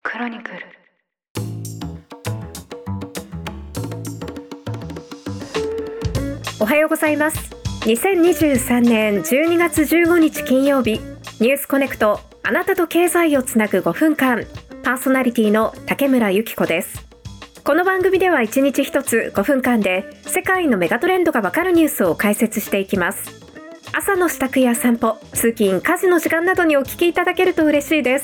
クロニクル。 おはようございます。2023年12月15日金曜日、ニュースコネクト、あなたと経済をつなぐ5分間、パーソナリティの竹村由紀子です。この番組では1日1つ5分間で世界のメガトレンドがわかるニュースを解説していきます。朝の支度や散歩、通勤、家事の時間などにお聞きいただけると嬉しいです。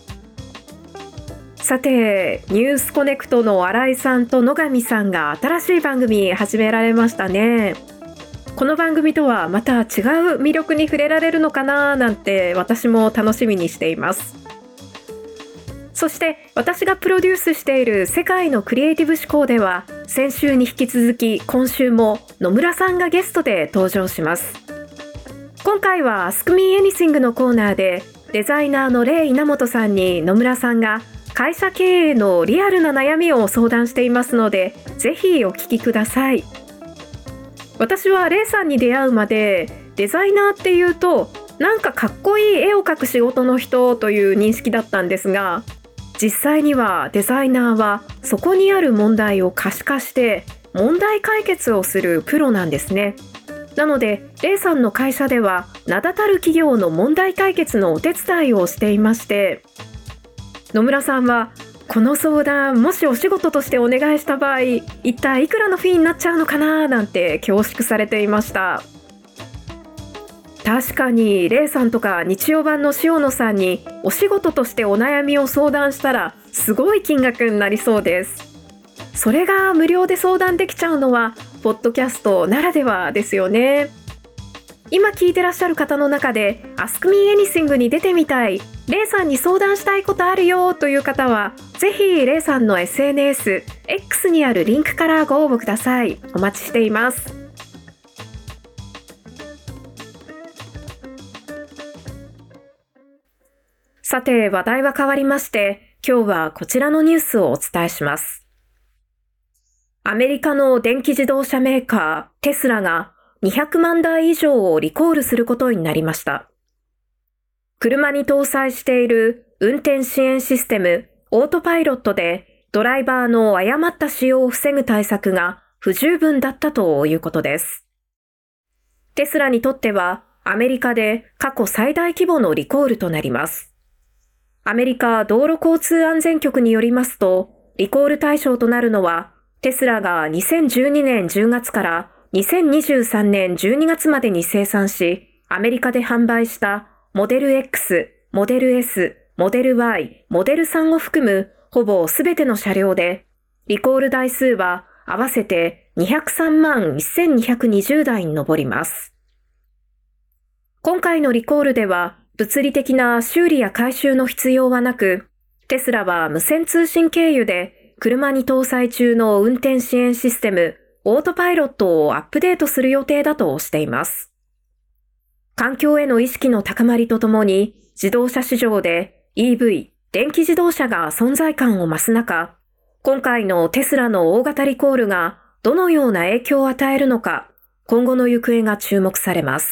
さて、ニュースコネクトの新井さんと野上さんが新しい番組始められましたね。この番組とはまた違う魅力に触れられるのかななんて私も楽しみにしています。そして私がプロデュースしている世界のクリエイティブ思考では、先週に引き続き今週も野村さんがゲストで登場します。今回は Ask Me Anything のコーナーで、デザイナーのレイ稲本さんに野村さんが会社経営のリアルな悩みを相談していますので、ぜひお聞きください。私はレイさんに出会うまで、デザイナーっていうとなんかかっこいい絵を描く仕事の人という認識だったんですが、実際にはデザイナーはそこにある問題を可視化して問題解決をするプロなんですね。なのでレイさんの会社では名だたる企業の問題解決のお手伝いをしていまして、野村さんはこの相談もしお仕事としてお願いした場合、一体いくらのフィーになっちゃうのかななんて恐縮されていました。確かにレイさんとか日曜版の塩野さんにお仕事としてお悩みを相談したらすごい金額になりそうです。それが無料で相談できちゃうのはポッドキャストならではですよね。今聞いてらっしゃる方の中で Ask Me Anything に出てみたい、レイさんに相談したいことあるよという方は、ぜひレイさんの SNS X にあるリンクからご応募ください。お待ちしています。さて、話題は変わりまして、今日はこちらのニュースをお伝えします。アメリカの電気自動車メーカーテスラが200万台以上をリコールすることになりました。車に搭載している運転支援システムオートパイロットでドライバーの誤った使用を防ぐ対策が不十分だったということです。テスラにとってはアメリカで過去最大規模のリコールとなります。アメリカ道路交通安全局によりますと、リコール対象となるのはテスラが2012年10月から2023年12月までに生産し、アメリカで販売したモデル X、モデル S、モデル Y、モデル3を含むほぼすべての車両で、リコール台数は合わせて203万1220台に上ります。今回のリコールでは物理的な修理や改修の必要はなく、テスラは無線通信経由で車に搭載中の運転支援システムオートパイロットをアップデートする予定だとしています。環境への意識の高まりとともに、自動車市場で EV、電気自動車が存在感を増す中、今回のテスラの大型リコールがどのような影響を与えるのか、今後の行方が注目されます。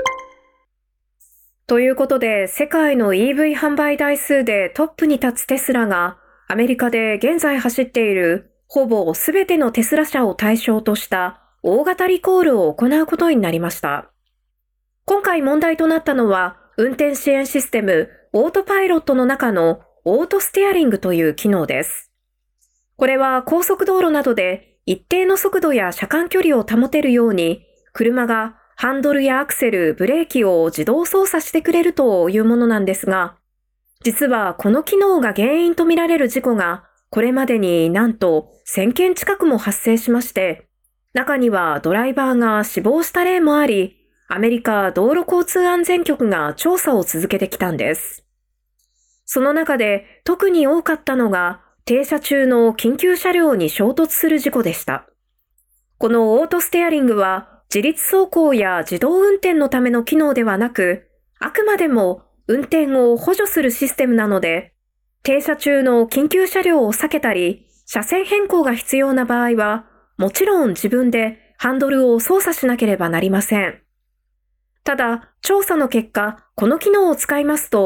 ということで、世界の EV 販売台数でトップに立つテスラが、アメリカで現在走っているほぼすべてのテスラ車を対象とした大型リコールを行うことになりました。今回問題となったのは、運転支援システムオートパイロットの中のオートステアリングという機能です。これは高速道路などで一定の速度や車間距離を保てるように、車がハンドルやアクセル、ブレーキを自動操作してくれるというものなんですが、実はこの機能が原因とみられる事故がこれまでになんと1000件近くも発生しまして、中にはドライバーが死亡した例もあり、アメリカ道路交通安全局が調査を続けてきたんです。その中で特に多かったのが停車中の緊急車両に衝突する事故でした。このオートステアリングは自律走行や自動運転のための機能ではなく、あくまでも運転を補助するシステムなので、停車中の緊急車両を避けたり、車線変更が必要な場合は、もちろん自分でハンドルを操作しなければなりません。ただ、調査の結果、この機能を使いますと、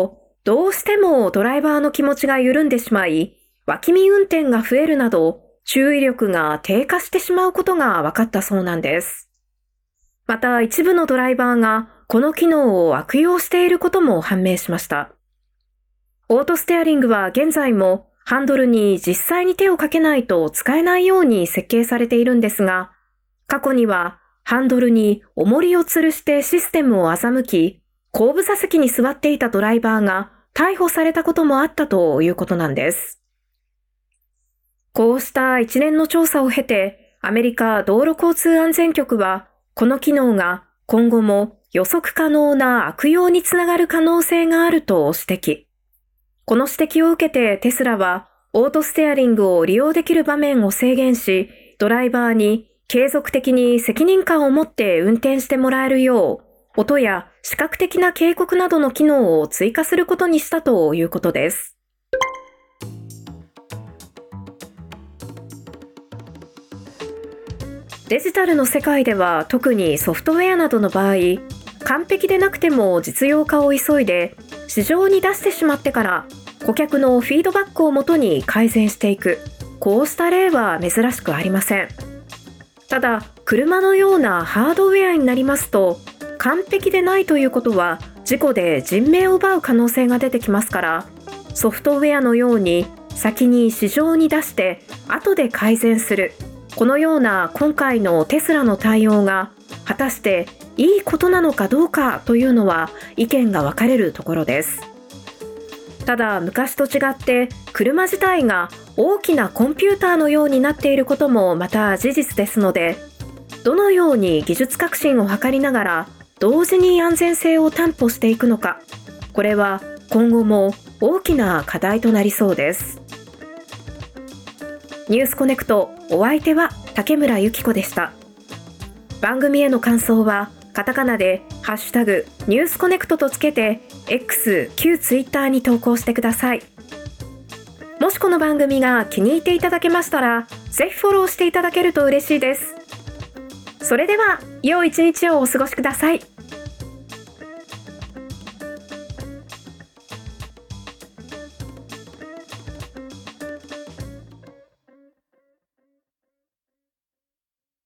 どうしてもドライバーの気持ちが緩んでしまい、脇見運転が増えるなど、注意力が低下してしまうことが分かったそうなんです。また一部のドライバーがこの機能を悪用していることも判明しました。オートステアリングは現在もハンドルに実際に手をかけないと使えないように設計されているんですが、過去にはハンドルに重りを吊るしてシステムを欺き、後部座席に座っていたドライバーが逮捕されたこともあったということなんです。こうした一連の調査を経て、アメリカ道路交通安全局は、この機能が今後も予測可能な悪用につながる可能性があると指摘。この指摘を受けてテスラは、オートステアリングを利用できる場面を制限し、ドライバーに継続的に責任感を持って運転してもらえるよう、音や視覚的な警告などの機能を追加することにしたということです。デジタルの世界では特にソフトウェアなどの場合、完璧でなくても実用化を急いで市場に出してしまってから顧客のフィードバックをもとに改善していく、こうした例は珍しくありません。ただ、車のようなハードウェアになりますと、完璧でないということは事故で人命を奪う可能性が出てきますから、ソフトウェアのように先に市場に出して後で改善する、このような今回のテスラの対応が果たしていいことなのかどうかというのは意見が分かれるところです。ただ昔と違って車自体が大きなコンピューターのようになっていることもまた事実ですので、どのように技術革新を図りながら同時に安全性を担保していくのか、これは今後も大きな課題となりそうです。ニュースコネクト、お相手は竹村由紀子でした。番組への感想はカタカナでハッシュタグニュースコネクトとつけて X、旧ツイッターに投稿してください。もしこの番組が気に入っていただけましたら、ぜひフォローしていただけると嬉しいです。それでは良い一日をお過ごしください。